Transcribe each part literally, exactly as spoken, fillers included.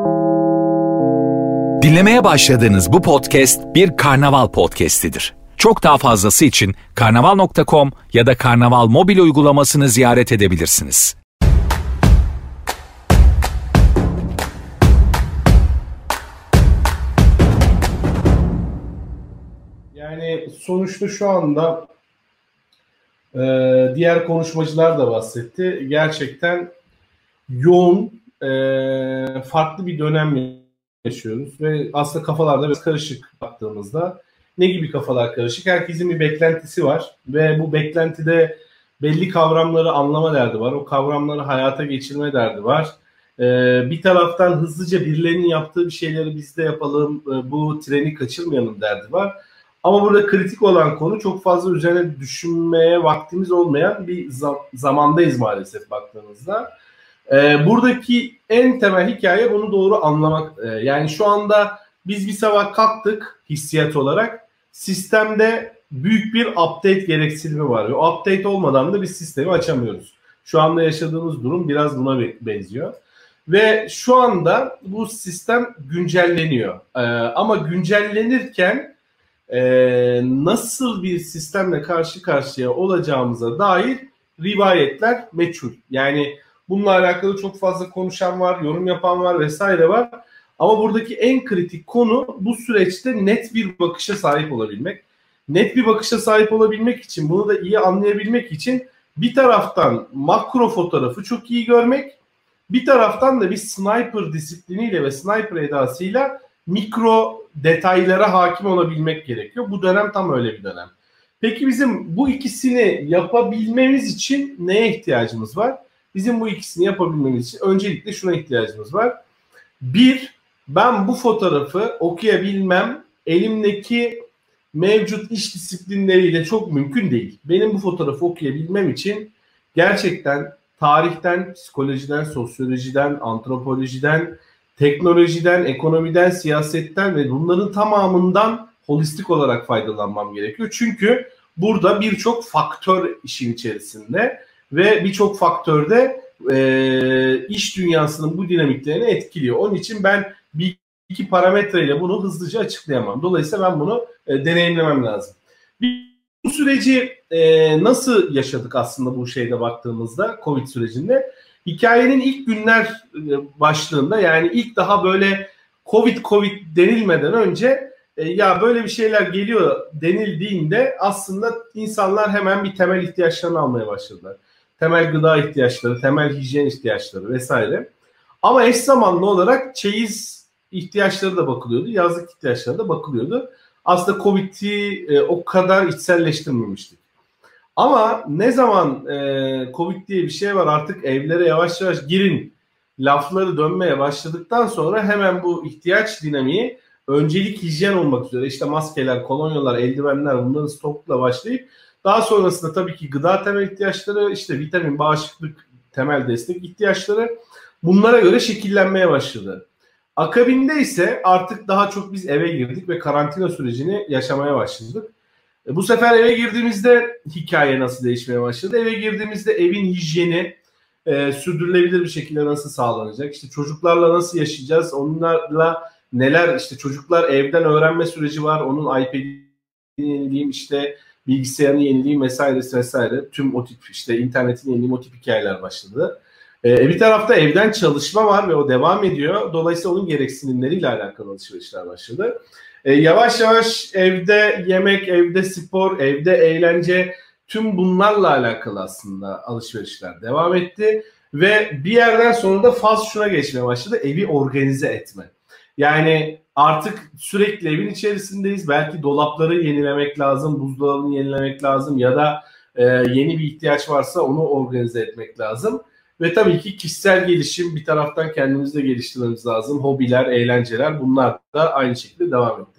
Dinlemeye başladığınız bu podcast bir karnaval podcastidir. Çok daha fazlası için karnaval nokta com ya da Karnaval mobil uygulamasını ziyaret edebilirsiniz. Yani sonuçta şu anda e, diğer konuşmacılar da bahsetti. Gerçekten yoğun, e, farklı bir dönem yaşıyoruz ve aslında kafalarda biraz karışık baktığımızda. Ne gibi kafalar karışık? Herkesin bir beklentisi var ve bu beklentide belli kavramları anlama derdi var. O kavramları hayata geçirme derdi var. Ee, bir taraftan hızlıca birilerinin yaptığı bir şeyleri biz de yapalım, bu treni kaçırmayalım derdi var. Ama burada kritik olan konu çok fazla üzerine düşünmeye vaktimiz olmayan bir zam- zamandayız maalesef baktığımızda. Ee, buradaki en temel hikaye bunu doğru anlamak. Ee, yani şu anda biz bir sabah kalktık hissiyat olarak. Sistemde büyük bir update gereksinimi var. Ve o update olmadan da biz sistemi açamıyoruz. Şu anda yaşadığımız durum biraz buna benziyor. Ve şu anda bu sistem güncelleniyor. Ee, ama güncellenirken e, nasıl bir sistemle karşı karşıya olacağımıza dair rivayetler meçhul. Yani bununla alakalı çok fazla konuşan var, yorum yapan var vesaire var. Ama buradaki en kritik konu bu süreçte net bir bakışa sahip olabilmek. Net bir bakışa sahip olabilmek için, bunu da iyi anlayabilmek için bir taraftan makro fotoğrafı çok iyi görmek, bir taraftan da bir sniper disipliniyle ve sniper edasıyla mikro detaylara hakim olabilmek gerekiyor. Bu dönem tam öyle bir dönem. Peki bizim bu ikisini yapabilmemiz için neye ihtiyacımız var? Bizim bu ikisini yapabilmemiz için öncelikle şuna ihtiyacımız var. Bir, ben bu fotoğrafı okuyabilmem elimdeki mevcut iş disiplinleriyle çok mümkün değil. Benim bu fotoğrafı okuyabilmem için gerçekten tarihten, psikolojiden, sosyolojiden, antropolojiden, teknolojiden, ekonomiden, siyasetten ve bunların tamamından holistik olarak faydalanmam gerekiyor. Çünkü burada birçok faktör işin içerisinde ve birçok faktörde e, iş dünyasının bu dinamiklerini etkiliyor. Onun için ben bir iki parametreyle bunu hızlıca açıklayamam. Dolayısıyla ben bunu e, deneyimlemem lazım. Bir, bu süreci e, nasıl yaşadık aslında bu şeyde baktığımızda Covid sürecinde? Hikayenin ilk günler e, başlığında, yani ilk daha böyle Covid Covid denilmeden önce e, ya böyle bir şeyler geliyor denildiğinde aslında insanlar hemen bir temel ihtiyaçlarını almaya başladılar. Temel gıda ihtiyaçları, temel hijyen ihtiyaçları vesaire. Ama eş zamanlı olarak çeyiz ihtiyaçları da bakılıyordu, yazlık ihtiyaçları da bakılıyordu. Aslında Covid'i e, o kadar içselleştirmemiştik. Ama ne zaman e, Covid diye bir şey var, artık evlere yavaş yavaş girin lafları dönmeye başladıktan sonra hemen bu ihtiyaç dinamiği öncelik hijyen olmak üzere işte maskeler, kolonyalar, eldivenler, bunların stokla başlayıp daha sonrasında tabii ki gıda temel ihtiyaçları, işte vitamin, bağışıklık temel destek ihtiyaçları bunlara göre şekillenmeye başladı. Akabinde ise artık daha çok biz eve girdik ve karantina sürecini yaşamaya başladık. Bu sefer eve girdiğimizde hikaye nasıl değişmeye başladı? Eve girdiğimizde evin hijyeni e, sürdürülebilir bir şekilde nasıl sağlanacak? İşte çocuklarla nasıl yaşayacağız? Onlarla neler, işte çocuklar evden öğrenme süreci var. Onun iPad'ini yenileyim, işte bilgisayarını yenileyim vesaire vesaire. Tüm o tip işte internetini yenileyim, o tip hikayeler başladı. E, bir tarafta evden çalışma var ve o devam ediyor. Dolayısıyla onun gereksinimleriyle alakalı alışverişler başladı. E, yavaş yavaş evde yemek, evde spor, evde eğlence, tüm bunlarla alakalı aslında alışverişler devam etti. Ve bir yerden sonra da faz şuna geçmeye başladı: evi organize etme. Yani artık sürekli evin içerisindeyiz. Belki dolapları yenilemek lazım, buzdolabını yenilemek lazım ya da e, yeni bir ihtiyaç varsa onu organize etmek lazım. Ve tabii ki kişisel gelişim, bir taraftan kendimizi de geliştirmemiz lazım. Hobiler, eğlenceler, bunlar da aynı şekilde devam etti.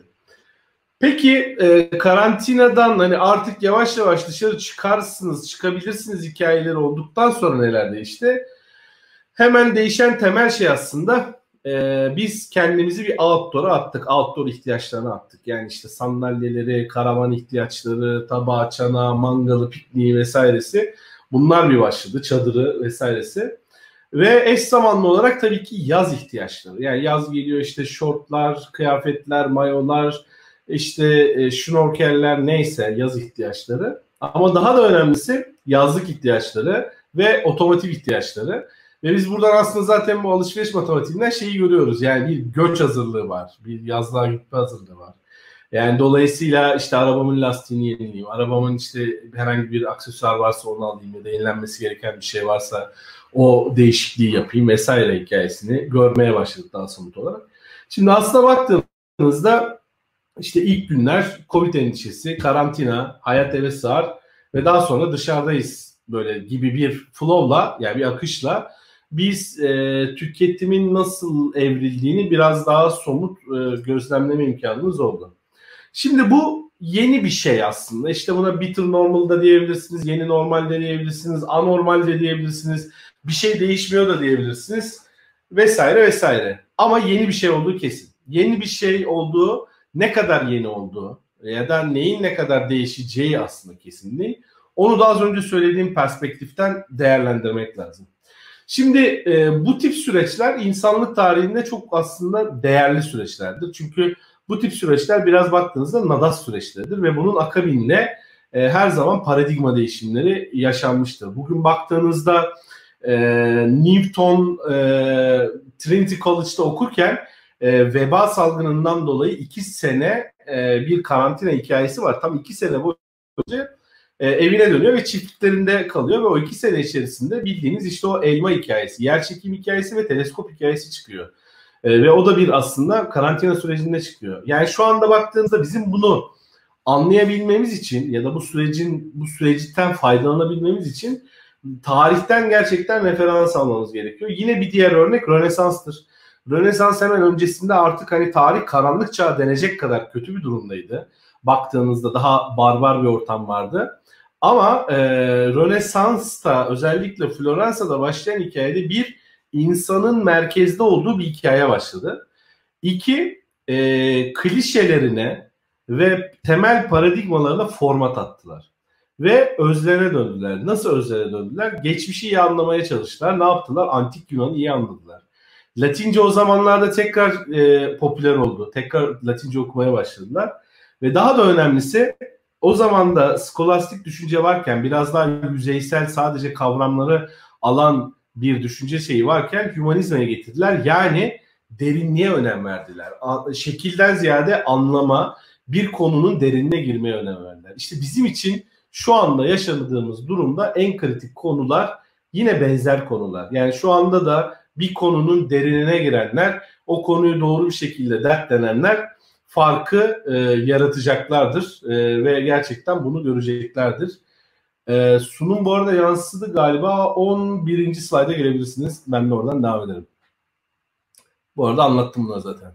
Peki e, karantinadan hani artık yavaş yavaş dışarı çıkarsınız, çıkabilirsiniz hikayeleri olduktan sonra neler değişti? Hemen değişen temel şey aslında e, biz kendimizi bir outdoor'a attık. Outdoor ihtiyaçlarına attık. Yani işte sandalyeleri, karavan ihtiyaçları, tabağı, çanağı, mangalı, pikniği vesairesi. Bunlar bir başladı. Çadırı vesairesi. Ve eş zamanlı olarak tabii ki yaz ihtiyaçları. Yani yaz geliyor, işte şortlar, kıyafetler, mayolar, işte e, şnorkeller, neyse yaz ihtiyaçları. Ama daha da önemlisi yazlık ihtiyaçları ve otomotiv ihtiyaçları. Ve biz buradan aslında zaten bu alışveriş matematiğinden şeyi görüyoruz. Yani bir göç hazırlığı var, bir yazlığa gitme hazırlığı var. Yani dolayısıyla işte arabamın lastiğini yenileyim, arabamın işte herhangi bir aksesuar varsa onu alayım ya da yenilenmesi gereken bir şey varsa o değişikliği yapayım vesaire hikayesini görmeye başladık daha somut olarak. Şimdi aslına baktığımızda işte ilk günler Covid endişesi, karantina, hayat eve sığar ve daha sonra dışarıdayız böyle gibi bir flow'la, yani bir akışla biz e, tüketimin nasıl evrildiğini biraz daha somut e, gözlemleme imkanımız oldu. Şimdi bu yeni bir şey aslında. İşte buna bitter normal da diyebilirsiniz, yeni normal de diyebilirsiniz, anormal de diyebilirsiniz, bir şey değişmiyor da diyebilirsiniz vesaire vesaire. Ama yeni bir şey olduğu kesin. Yeni bir şey olduğu, ne kadar yeni olduğu ya da neyin ne kadar değişeceği aslında kesin değil. Onu da az önce söylediğim perspektiften değerlendirmek lazım. Şimdi e, bu tip süreçler insanlık tarihinde çok aslında değerli süreçlerdir. Çünkü bu tip süreçler biraz baktığınızda nadas süreçleridir ve bunun akabinde e, her zaman paradigma değişimleri yaşanmıştır. Bugün baktığınızda e, Newton e, Trinity College'da okurken e, veba salgınından dolayı iki sene e, bir karantina hikayesi var. Tam iki sene boyunca e, evine dönüyor ve çiftliklerinde kalıyor ve o iki sene içerisinde bildiğiniz işte o elma hikayesi, yerçekim hikayesi ve teleskop hikayesi çıkıyor. E, ve o da bir aslında karantina sürecinde çıkıyor. Yani şu anda baktığınızda bizim bunu anlayabilmemiz için ya da bu sürecin bu süreçten faydalanabilmemiz için tarihten gerçekten referans almamız gerekiyor. Yine bir diğer örnek Rönesans'tır. Rönesans hemen öncesinde artık hani tarih karanlık çağı denecek kadar kötü bir durumdaydı. Baktığınızda daha barbar bir ortam vardı. Ama e, Rönesans'ta özellikle Floransa'da başlayan hikayede bir insanın merkezde olduğu bir hikaye başladı. İki, e, klişelerine ve temel paradigmalarına format attılar. Ve özlerine döndüler. Nasıl özlerine döndüler? Geçmişi iyi anlamaya çalıştılar. Ne yaptılar? Antik Yunan'ı iyi anladılar. Latince o zamanlarda tekrar e, popüler oldu. Tekrar Latince okumaya başladılar. Ve daha da önemlisi o zaman da skolastik düşünce varken, biraz daha yüzeysel sadece kavramları alan bir düşünce şeyi varken hümanizme getirdiler. Yani derinliğe önem verdiler. Şekilden ziyade anlama, bir konunun derinine girmeye önem verdiler. İşte bizim için şu anda yaşadığımız durumda en kritik konular yine benzer konular. Yani şu anda da bir konunun derinine girenler, o konuyu doğru bir şekilde dertlenenler farkı e, yaratacaklardır e, ve gerçekten bunu göreceklerdir. E, sunum bu arada yansıdı galiba. on birinci slayda gelebilirsiniz. Ben de oradan devam ederim. Bu arada anlattım bunu zaten.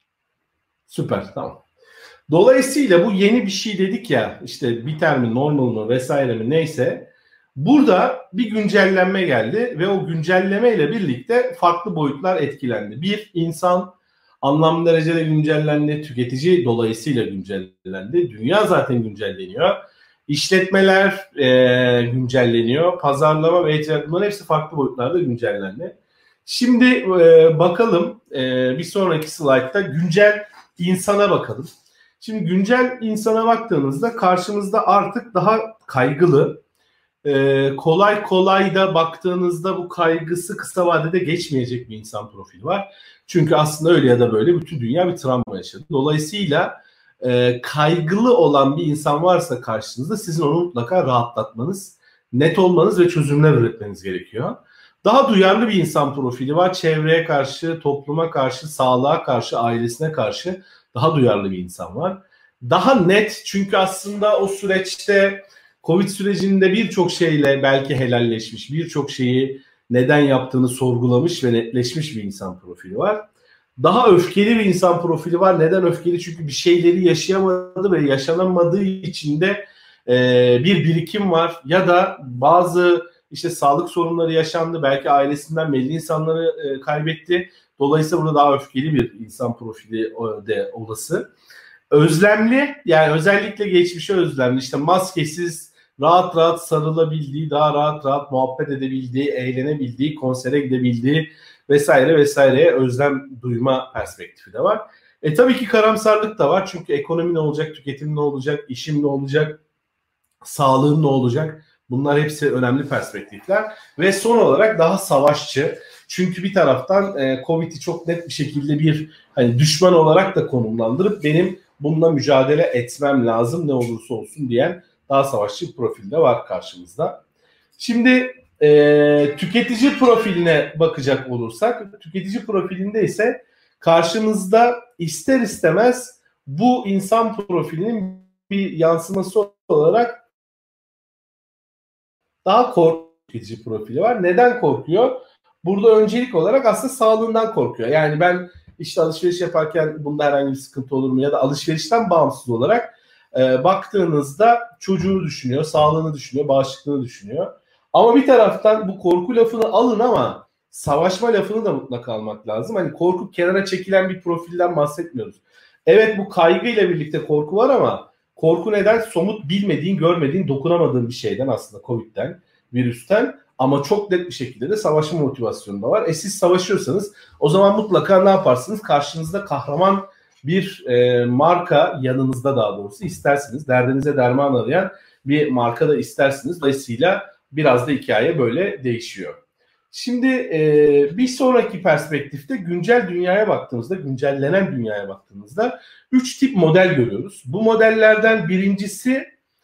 Süper, tamam. Dolayısıyla bu yeni bir şey dedik ya, işte biter mi, normal mı vesaire mi neyse. Burada bir güncellenme geldi ve o güncelleme ile birlikte farklı boyutlar etkilendi. Bir, insan anlamlı derecede güncellendi, tüketici dolayısıyla güncellendi. Dünya zaten güncelleniyor. İşletmeler e, güncelleniyor. Pazarlama ve etiket, bunların hepsi farklı boyutlarda güncellendi. Şimdi e, bakalım e, bir sonraki slaytta güncel insana bakalım. Şimdi güncel insana baktığınızda karşımızda artık daha kaygılı, e, kolay kolay da baktığınızda bu kaygısı kısa vadede geçmeyecek bir insan profili var. Çünkü aslında öyle ya da böyle bütün dünya bir travma yaşadı. Dolayısıyla e, kaygılı olan bir insan varsa karşınızda sizin onu mutlaka rahatlatmanız, net olmanız ve çözümler üretmeniz gerekiyor. Daha duyarlı bir insan profili var. Çevreye karşı, topluma karşı, sağlığa karşı, ailesine karşı daha duyarlı bir insan var. Daha net, çünkü aslında o süreçte Covid sürecinde birçok şeyle belki helalleşmiş, birçok şeyi neden yaptığını sorgulamış ve netleşmiş bir insan profili var. Daha öfkeli bir insan profili var. Neden öfkeli? Çünkü bir şeyleri yaşayamadı ve yaşanamadığı için de e, bir birikim var. Ya da bazı işte sağlık sorunları yaşandı. Belki ailesinden belli insanları e, kaybetti. Dolayısıyla burada daha öfkeli bir insan profili de olası. Özlemli, yani özellikle geçmişe özlemli. İşte maskesiz rahat rahat sarılabildiği, daha rahat rahat muhabbet edebildiği, eğlenebildiği, konsere gidebildiği vesaire vesaireye özlem duyma perspektifi de var. E tabii ki karamsarlık da var. Çünkü ekonomi ne olacak, tüketim ne olacak, işim ne olacak, sağlığın ne olacak? Bunlar hepsi önemli perspektifler. Ve son olarak daha savaşçı. Çünkü bir taraftan e, Covid'i çok net bir şekilde bir hani düşman olarak da konumlandırıp benim bununla mücadele etmem lazım ne olursa olsun diyen daha savaşçı bir profil de var karşımızda. Şimdi e, tüketici profiline bakacak olursak, tüketici profilinde ise karşımızda ister istemez bu insan profilinin bir yansıması olarak daha korkutucu profili var. Neden korkuyor? Burada öncelik olarak aslında sağlığından korkuyor. Yani ben işte alışveriş yaparken bunda herhangi bir sıkıntı olur mu? Ya da alışverişten bağımsız olarak e, baktığınızda çocuğunu düşünüyor, sağlığını düşünüyor, bağışıklığını düşünüyor. Ama bir taraftan bu korku lafını alın ama savaşma lafını da mutlaka almak lazım. Hani korkup kenara çekilen bir profilden bahsetmiyoruz. Evet, bu kaygıyla birlikte korku var ama korku neden? Somut, bilmediğin, görmediğin, dokunamadığın bir şeyden, aslında Covid'den, virüsten, ama çok net bir şekilde de savaşma motivasyonu da var. E siz savaşıyorsanız o zaman mutlaka ne yaparsınız? Karşınızda kahraman bir e, marka, yanınızda daha doğrusu istersiniz. Derdinize derman arayan bir marka da istersiniz. Dolayısıyla biraz da hikaye böyle değişiyor. Şimdi e, bir sonraki perspektifte güncel dünyaya baktığımızda, güncellenen dünyaya baktığımızda üç tip model görüyoruz. Bu modellerden birincisi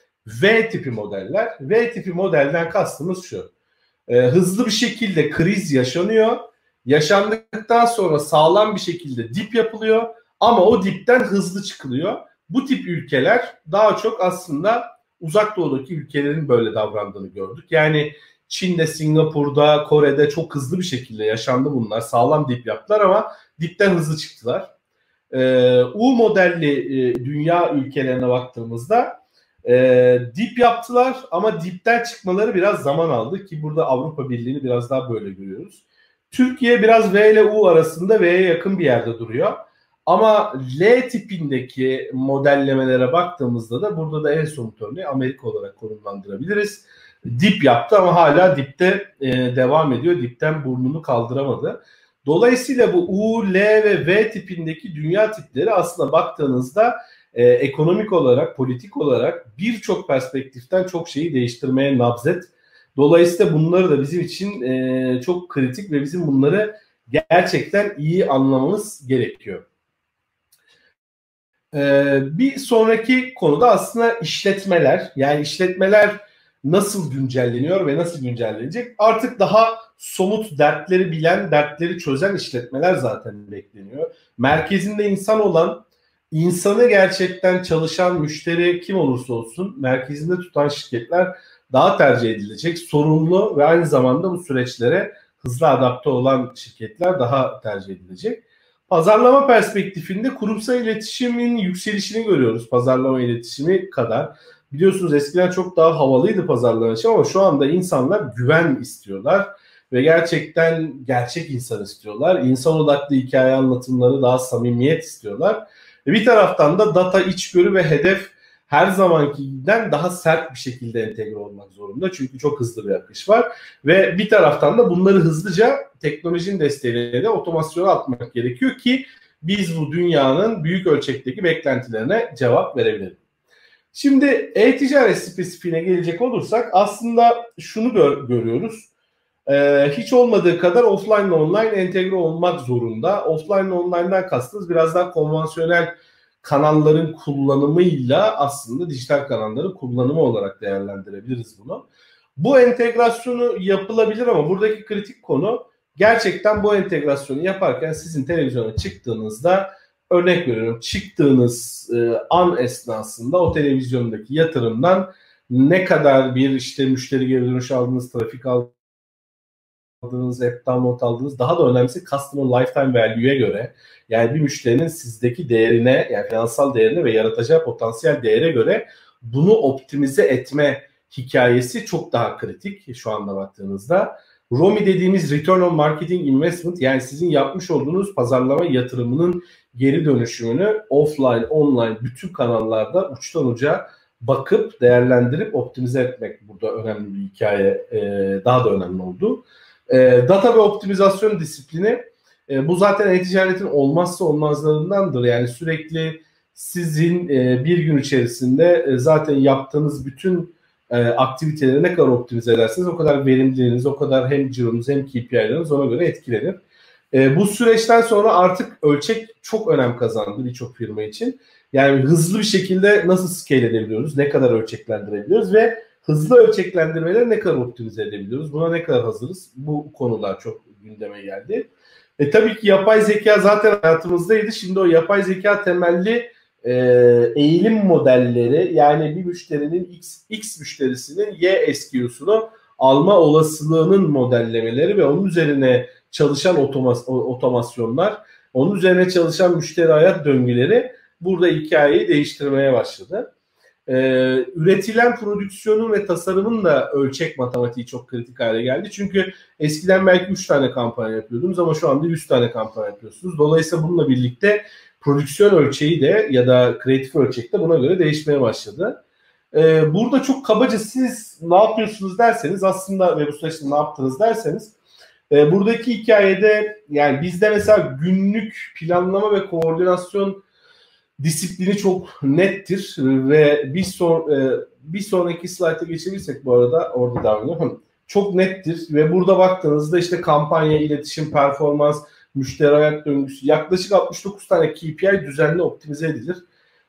V tipi modeller. V tipi modelden kastımız şu. E, hızlı bir şekilde kriz yaşanıyor. Yaşandıktan sonra sağlam bir şekilde dip yapılıyor. Ama o dipten hızlı çıkılıyor. Bu tip ülkeler daha çok aslında uzak doğudaki ülkelerin böyle davrandığını gördük. Yani Çin'de, Singapur'da, Kore'de çok hızlı bir şekilde yaşandı bunlar. Sağlam dip yaptılar ama dipten hızlı çıktılar. Ee, U modelli e, dünya ülkelerine baktığımızda e, dip yaptılar ama dipten çıkmaları biraz zaman aldı ki burada Avrupa Birliği'ni biraz daha böyle görüyoruz. Türkiye biraz V ile U arasında V'ye yakın bir yerde duruyor. Ama L tipindeki modellemelere baktığımızda da burada da en somut örneği Amerika olarak konumlandırabiliriz. Dip yaptı ama hala dipte e, devam ediyor. Dipten burnunu kaldıramadı. Dolayısıyla bu U, L ve V tipindeki dünya tipleri aslında baktığınızda e, ekonomik olarak, politik olarak birçok perspektiften çok şeyi değiştirmeye nabzet. Dolayısıyla bunları da bizim için e, çok kritik ve bizim bunları gerçekten iyi anlamamız gerekiyor. E, bir sonraki konuda aslında işletmeler. Yani işletmeler nasıl güncelleniyor ve nasıl güncellenecek? Artık daha somut dertleri bilen, dertleri çözen işletmeler zaten bekleniyor. Merkezinde insan olan, insanı gerçekten çalışan müşteri kim olursa olsun merkezinde tutan şirketler daha tercih edilecek. Sorumlu ve aynı zamanda bu süreçlere hızlı adapte olan şirketler daha tercih edilecek. Pazarlama perspektifinde kurumsal iletişimin yükselişini görüyoruz pazarlama iletişimi kadar. Biliyorsunuz eskiden çok daha havalıydı pazarlama için ama şu anda insanlar güven istiyorlar ve gerçekten gerçek insan istiyorlar. İnsan odaklı hikaye anlatımları, daha samimiyet istiyorlar. Ve bir taraftan da data, içgörü ve hedef her zamankinden daha sert bir şekilde entegre olmak zorunda. Çünkü çok hızlı bir akış var. Ve bir taraftan da bunları hızlıca teknolojinin desteğiyle de otomasyona atmak gerekiyor ki biz bu dünyanın büyük ölçekteki beklentilerine cevap verebilelim. Şimdi e-ticaret spesifiğine gelecek olursak aslında şunu gör, görüyoruz. Ee, hiç olmadığı kadar offline ile online entegre olmak zorunda. Offline ile online'dan kastımız biraz daha konvansiyonel kanalların kullanımıyla aslında dijital kanalların kullanımı olarak değerlendirebiliriz bunu. Bu entegrasyonu yapılabilir ama buradaki kritik konu gerçekten bu entegrasyonu yaparken sizin televizyona çıktığınızda, örnek veriyorum, çıktığınız e, an esnasında o televizyondaki yatırımdan ne kadar bir işte müşteri geri dönüşü aldınız, trafik aldınız, app download aldınız, daha da önemlisi customer lifetime value'ya göre, yani bir müşterinin sizdeki değerine, yani finansal değerine ve yaratacağı potansiyel değere göre bunu optimize etme hikayesi çok daha kritik şu anda baktığınızda. R O M I dediğimiz Return on Marketing Investment, yani sizin yapmış olduğunuz pazarlama yatırımının geri dönüşümünü offline, online bütün kanallarda uçtan uca bakıp, değerlendirip, optimize etmek burada önemli bir hikaye, e, daha da önemli oldu. E, data ve optimizasyon disiplini, e, bu zaten e-ticaretin olmazsa olmazlarındandır. Yani sürekli sizin e, bir gün içerisinde e, zaten yaptığınız bütün e, aktiviteleri ne kadar optimize ederseniz o kadar verimliliğiniz, o kadar hem cironuz hem K P I'leriniz ona göre etkilenir. E, bu süreçten sonra artık ölçek çok önem kazandı birçok firma için. Yani hızlı bir şekilde nasıl scale edebiliyoruz, ne kadar ölçeklendirebiliyoruz ve hızlı ölçeklendirmeleri ne kadar optimize edebiliyoruz, buna ne kadar hazırız, bu konular çok gündeme geldi. E, tabii ki yapay zeka zaten hayatımızdaydı. Şimdi o yapay zeka temelli e, eğilim modelleri, yani bir müşterinin X, X müşterisinin Y S K U'sunu alma olasılığının modellemeleri ve onun üzerine çalışan otomas- otomasyonlar, onun üzerine çalışan müşteri hayat döngüleri burada hikayeyi değiştirmeye başladı. Ee, üretilen prodüksiyonun ve tasarımın da ölçek matematiği çok kritik hale geldi. Çünkü eskiden belki üç tane kampanya yapıyordunuz ama şu anda yüz tane kampanya yapıyorsunuz. Dolayısıyla bununla birlikte prodüksiyon ölçeği de ya da kreatif ölçek de buna göre değişmeye başladı. Ee, burada çok kabaca siz ne yapıyorsunuz derseniz, aslında ve bu süreçte ne yaptınız derseniz, e, buradaki hikayede yani bizde mesela günlük planlama ve koordinasyon disiplini çok nettir ve bir son e, bir sonraki slayta geçebilirsek bu arada orada devam ediyorum. Çok nettir ve burada baktığınızda işte kampanya, iletişim, performans, müşteri hayat döngüsü, yaklaşık altmış dokuz tane K P I düzenli optimize edilir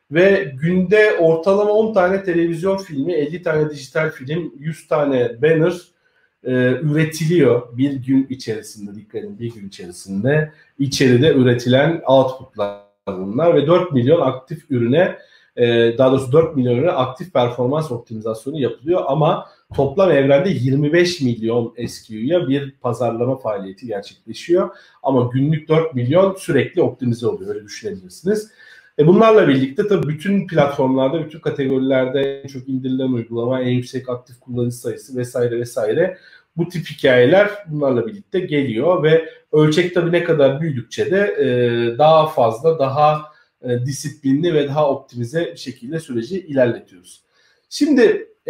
ve günde ortalama on tane televizyon filmi, elli tane dijital film, yüz tane banner e, üretiliyor bir gün içerisinde. Dikkat edin, bir gün içerisinde içeride üretilen outputlar bunlar ve dört milyon aktif ürüne, daha doğrusu dört milyon ürüne aktif performans optimizasyonu yapılıyor ama toplam evrende yirmi beş milyon S K U'ya bir pazarlama faaliyeti gerçekleşiyor ama günlük dört milyon sürekli optimize oluyor, öyle düşünebilirsiniz. E bunlarla birlikte tabii bütün platformlarda, bütün kategorilerde en çok indirilen uygulama, en yüksek aktif kullanıcı sayısı vesaire vesaire, bu tip hikayeler bunlarla birlikte geliyor ve ölçek tabii ne kadar büyüdükçe de e, daha fazla, daha e, disiplinli ve daha optimize bir şekilde süreci ilerletiyoruz. Şimdi e,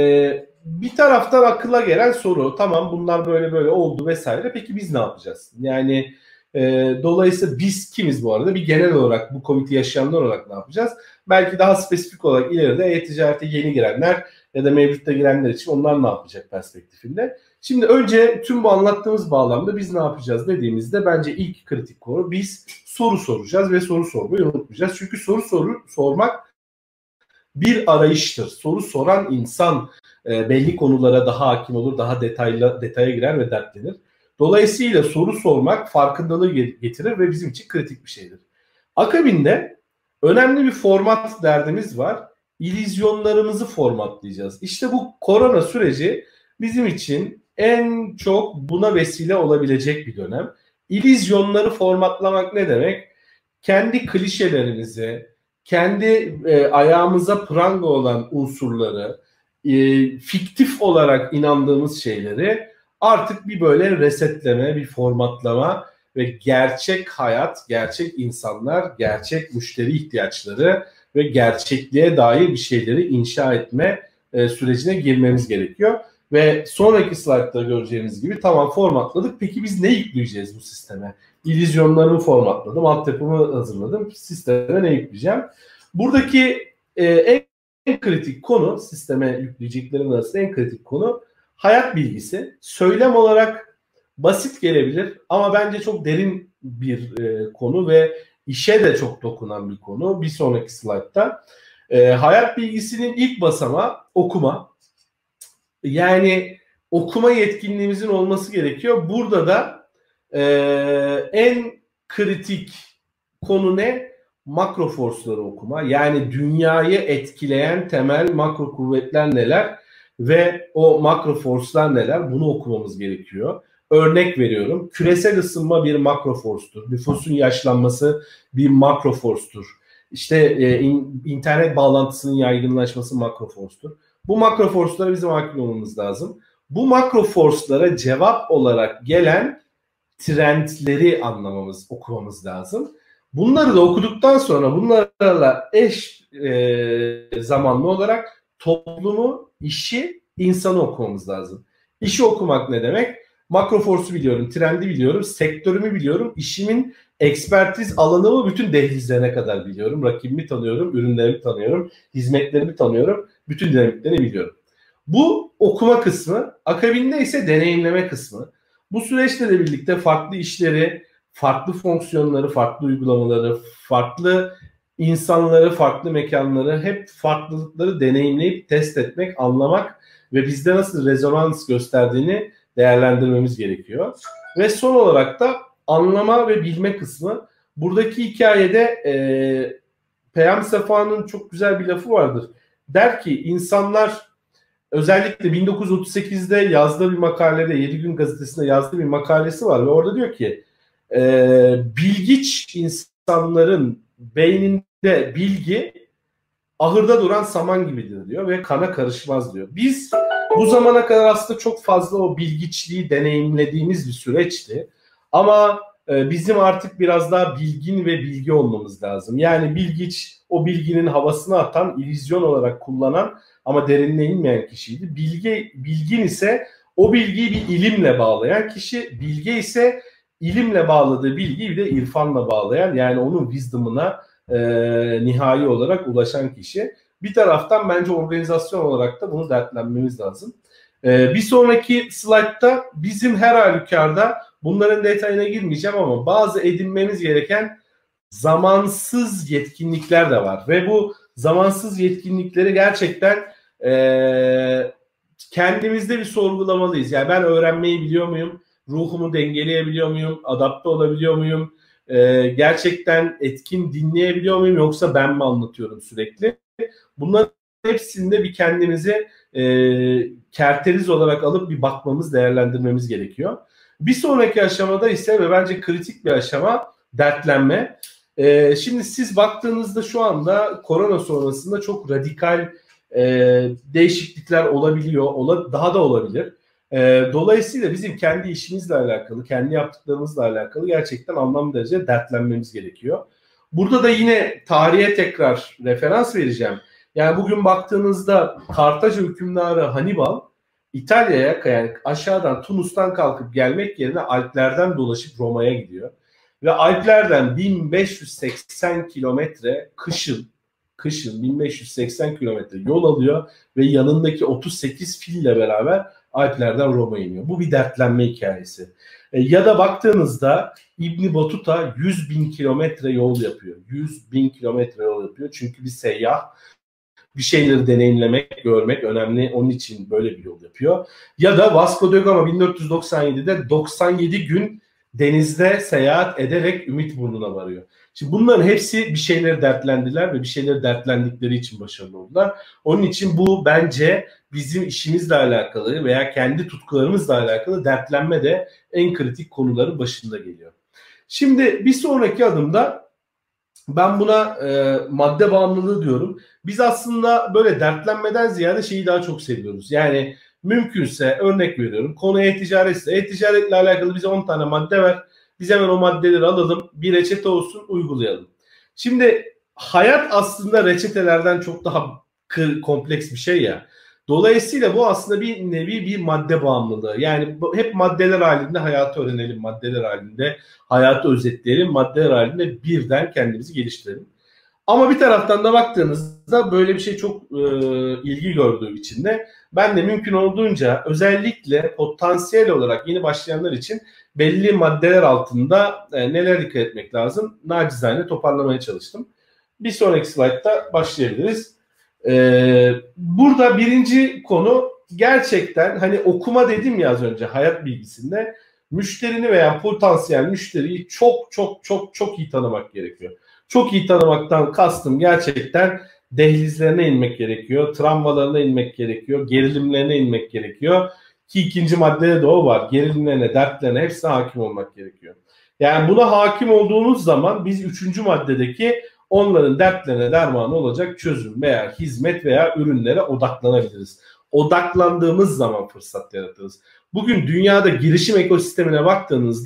bir taraftan akılla gelen soru, tamam bunlar böyle böyle oldu vesaire, peki biz ne yapacağız? Yani e, dolayısıyla biz kimiz bu arada? Bir genel olarak bu Covid'i yaşayanlar olarak ne yapacağız? Belki daha spesifik olarak ileride e-ticarete yeni girenler ya da mevcutta girenler için onlar ne yapacak perspektifinde. Şimdi önce tüm bu anlattığımız bağlamda biz ne yapacağız dediğimizde bence ilk kritik konu, biz soru soracağız ve soru sormayı unutmayacağız. Çünkü soru soru sormak bir arayıştır. Soru soran insan e, belli konulara daha hakim olur, daha detaylı detaya girer ve dertlenir. Dolayısıyla soru sormak farkındalığı getirir ve bizim için kritik bir şeydir. Akabinde önemli bir format derdimiz var. İllüzyonlarımızı formatlayacağız. İşte bu korona süreci bizim için en çok buna vesile olabilecek bir dönem. İllüzyonları formatlamak ne demek? Kendi klişelerimizi, kendi e, ayağımıza pranga olan unsurları, e, fiktif olarak inandığımız şeyleri artık bir böyle resetleme, bir formatlama ve gerçek hayat, gerçek insanlar, gerçek müşteri ihtiyaçları ve gerçekliğe dair bir şeyleri inşa etme e, sürecine girmemiz gerekiyor. Ve sonraki slaytta göreceğimiz gibi tamam formatladık. Peki biz ne yükleyeceğiz bu sisteme? İllüzyonlarımı formatladım, altyapımı hazırladım. Sisteme ne yükleyeceğim? Buradaki e, en, en kritik konu, sisteme yükleyeceklerim arasında en kritik konu hayat bilgisi. Söylem olarak basit gelebilir ama bence çok derin bir e, konu ve işe de çok dokunan bir konu. Bir sonraki slaytta. E, hayat bilgisinin ilk basamağı okuma. Yani okuma yetkinliğimizin olması gerekiyor. Burada da e, en kritik konu ne? Makro forsları okuma. Yani dünyayı etkileyen temel makro kuvvetler neler ve o makro forslar neler? Bunu okumamız gerekiyor. Örnek veriyorum. Küresel ısınma bir makro forstur. Nüfusun yaşlanması bir makro forstur. İşte e, in, internet bağlantısının yaygınlaşması makro forstur. Bu makro forslara bizim hakim olmamız lazım. Bu makro forslara cevap olarak gelen trendleri anlamamız, okumamız lazım. Bunları da okuduktan sonra bunlarla eş e, zamanlı olarak toplumu, işi, insanı okumamız lazım. İşi okumak ne demek? Makroforce'u biliyorum, trendi biliyorum, sektörümü biliyorum, işimin ekspertiz alanımı bütün dehlizlerine kadar biliyorum. Rakibimi tanıyorum, ürünlerimi tanıyorum, hizmetlerimi tanıyorum, bütün dinamiklerini biliyorum. Bu okuma kısmı, akabinde ise deneyimleme kısmı. Bu süreçle de birlikte farklı işleri, farklı fonksiyonları, farklı uygulamaları, farklı insanları, farklı mekanları, hep farklılıkları deneyimleyip test etmek, anlamak ve bizde nasıl rezonans gösterdiğini değerlendirmemiz gerekiyor. Ve son olarak da anlama ve bilme kısmı. Buradaki hikayede e, Peyami Safa'nın çok güzel bir lafı vardır. Der ki insanlar, özellikle bin dokuz yüz otuz sekizde yazdığı bir makalede, Yedi Gün gazetesinde yazdığı bir makalesi var ve orada diyor ki e, bilgiç insanların beyninde bilgi ahırda duran saman gibidir diyor ve kana karışmaz diyor. Biz bu zamana kadar aslında çok fazla o bilgiçliği deneyimlediğimiz bir süreçti. Ama e, bizim artık biraz daha bilgin ve bilgi olmamız lazım. Yani bilgiç o bilginin havasını atan, illüzyon olarak kullanan ama derinine inmeyen kişiydi. Bilgi, bilgin ise o bilgiyi bir ilimle bağlayan kişi. Bilge ise ilimle bağladığı bilgiyi bir de irfanla bağlayan, yani onun wisdom'ına e, nihai olarak ulaşan kişi. Bir taraftan bence organizasyon olarak da bunu dertlenmemiz lazım. E, bir sonraki slaytta bizim her halükarda, bunların detayına girmeyeceğim ama bazı edinmemiz gereken zamansız yetkinlikler de var. Ve bu zamansız yetkinlikleri gerçekten e, kendimizde bir sorgulamalıyız. Yani ben öğrenmeyi biliyor muyum? Ruhumu dengeleyebiliyor muyum? Adapte olabiliyor muyum? E, gerçekten etkin dinleyebiliyor muyum? Yoksa ben mi anlatıyorum sürekli? Bunların hepsinde bir kendimizi e, kerteriz olarak alıp bir bakmamız, değerlendirmemiz gerekiyor. Bir sonraki aşamada ise ve bence kritik bir aşama dertlenme. Ee, şimdi siz baktığınızda şu anda korona sonrasında çok radikal e, değişiklikler olabiliyor, ola, daha da olabilir. E, dolayısıyla bizim kendi işimizle alakalı, kendi yaptıklarımızla alakalı gerçekten anlamlı derecede dertlenmemiz gerekiyor. Burada da yine tarihe tekrar referans vereceğim. Yani bugün baktığınızda Kartaca hükümdarı Hannibal İtalya'ya, yani aşağıdan Tunus'tan kalkıp gelmek yerine Alplerden dolaşıp Roma'ya gidiyor. Ve Alplerden bin beş yüz seksen kilometre kışın, kışın bin beş yüz seksen kilometre yol alıyor ve yanındaki otuz sekiz fille beraber Alplerden Roma'ya iniyor. Bu bir dertlenme hikayesi. E, ya da baktığınızda İbn Battuta yüz bin kilometre yol yapıyor. yüz bin kilometre yol yapıyor. Çünkü bir seyyah, bir şeyleri deneyimlemek, görmek önemli. Onun için böyle bir yol yapıyor. Ya da Vasco da Gama bin dört yüz doksan yedide doksan yedi gün denizde seyahat ederek Ümitburnu'na varıyor. Şimdi bunların hepsi bir şeyleri dertlendiler ve bir şeyleri dertlendikleri için başarılı oldular. Onun için bu bence bizim işimizle alakalı veya kendi tutkularımızla alakalı dertlenme de en kritik konuların başında geliyor. Şimdi bir sonraki adımda ben buna e, madde bağımlılığı diyorum. Biz aslında böyle dertlenmeden ziyade şeyi daha çok seviyoruz. Yani mümkünse, örnek veriyorum, konu e-ticaretse, e-ticaretle alakalı bize on tane madde ver. Biz hemen o maddeleri alalım, bir reçete olsun, uygulayalım. Şimdi hayat aslında reçetelerden çok daha kompleks bir şey ya. Dolayısıyla bu aslında bir nevi bir madde bağımlılığı. Yani hep maddeler halinde hayatı öğrenelim, maddeler halinde hayatı özetleyelim, maddeler halinde birden kendimizi geliştirelim. Ama bir taraftan da baktığınızda böyle bir şey çok e, ilgi gördüğü için de ben de mümkün olduğunca özellikle potansiyel olarak yeni başlayanlar için belli maddeler altında e, neler dikkat etmek lazım, nacizane toparlamaya çalıştım. Bir sonraki slaytta başlayabiliriz. Ee, burada birinci konu gerçekten, hani okuma dedim ya az önce hayat bilgisinde, müşterini veya potansiyel müşteriyi çok çok çok çok iyi tanımak gerekiyor. Çok iyi tanımaktan kastım gerçekten dehlizlerine inmek gerekiyor, travmalarına inmek gerekiyor, gerilimlerine inmek gerekiyor. Ki ikinci maddede de o var. Gerilimlerine, dertlerine, hepsine hakim olmak gerekiyor. Yani buna hakim olduğunuz zaman biz üçüncü maddedeki onların dertlerine dermanı olacak çözüm veya hizmet veya ürünlere odaklanabiliriz. Odaklandığımız zaman fırsat yaratırız. Bugün dünyada girişim ekosistemine baktığınızda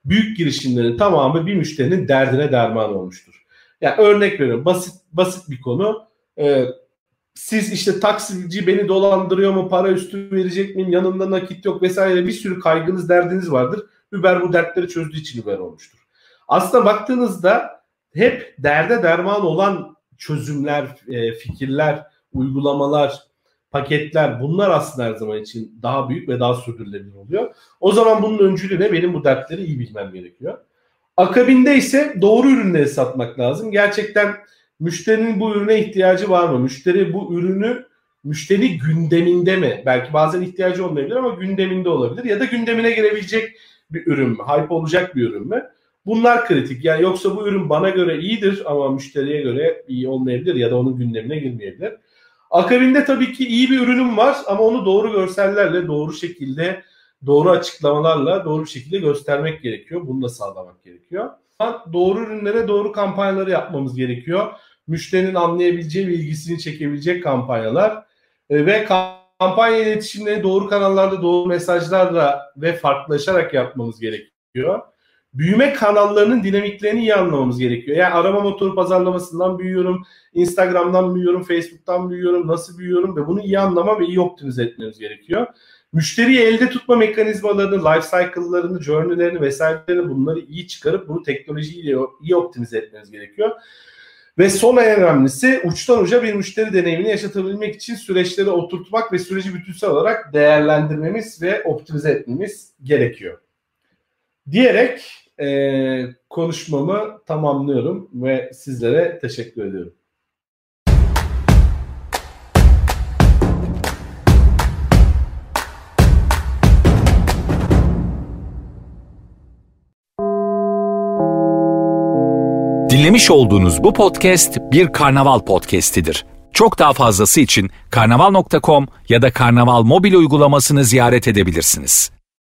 büyük girişimlerin tamamı bir müşterinin derdine derman olmuştur. Yani örnek veriyorum, basit basit bir konu. Ee, siz işte taksici beni dolandırıyor mu, para üstü verecek miyim, yanımda nakit yok vesaire, bir sürü kaygınız, derdiniz vardır. Uber bu dertleri çözdüğü için Uber olmuştur. Aslında baktığınızda hep derde derman olan çözümler, fikirler, uygulamalar, paketler, bunlar aslında her zaman için daha büyük ve daha sürdürülebilir oluyor. O zaman bunun öncülüğüne benim bu dertleri iyi bilmem gerekiyor. Akabinde ise doğru ürünleri satmak lazım. Gerçekten müşterinin bu ürüne ihtiyacı var mı? Müşteri bu ürünü müşteri gündeminde mi? Belki bazen ihtiyacı olmayabilir ama gündeminde olabilir. Ya da gündemine girebilecek bir ürün mü? Hype olacak bir ürün mü? Bunlar kritik. Yani yoksa bu ürün bana göre iyidir ama müşteriye göre iyi olmayabilir ya da onun gündemine girmeyebilir. Akabinde tabii ki iyi bir ürünüm var ama onu doğru görsellerle, doğru şekilde, doğru açıklamalarla, doğru bir şekilde göstermek gerekiyor. Bunu da sağlamak gerekiyor. Doğru ürünlere doğru kampanyaları yapmamız gerekiyor. Müşterinin anlayabileceği ve ilgisini çekebilecek kampanyalar ve kampanya iletişimleri doğru kanallarda, doğru mesajlarla ve farklılaşarak yapmamız gerekiyor. Büyüme kanallarının dinamiklerini iyi anlamamız gerekiyor. Yani arama motoru pazarlamasından büyüyorum, Instagram'dan büyüyorum, Facebook'tan büyüyorum, nasıl büyüyorum ve bunu iyi anlama ve iyi optimize etmemiz gerekiyor. Müşteriyi elde tutma mekanizmalarını, life cycle'larını, journey'lerini vesairelerini, bunları iyi çıkarıp bunu teknolojiyle iyi optimize etmemiz gerekiyor. Ve son en önemlisi, uçtan uca bir müşteri deneyimini yaşatabilmek için süreçleri oturtmak ve süreci bütünsel olarak değerlendirmemiz ve optimize etmemiz gerekiyor. Diyerek e, konuşmamı tamamlıyorum ve sizlere teşekkür ediyorum. Dinlemiş olduğunuz bu podcast bir Karnaval podcastidir. Çok daha fazlası için karnaval nokta com ya da Karnaval mobil uygulamasını ziyaret edebilirsiniz.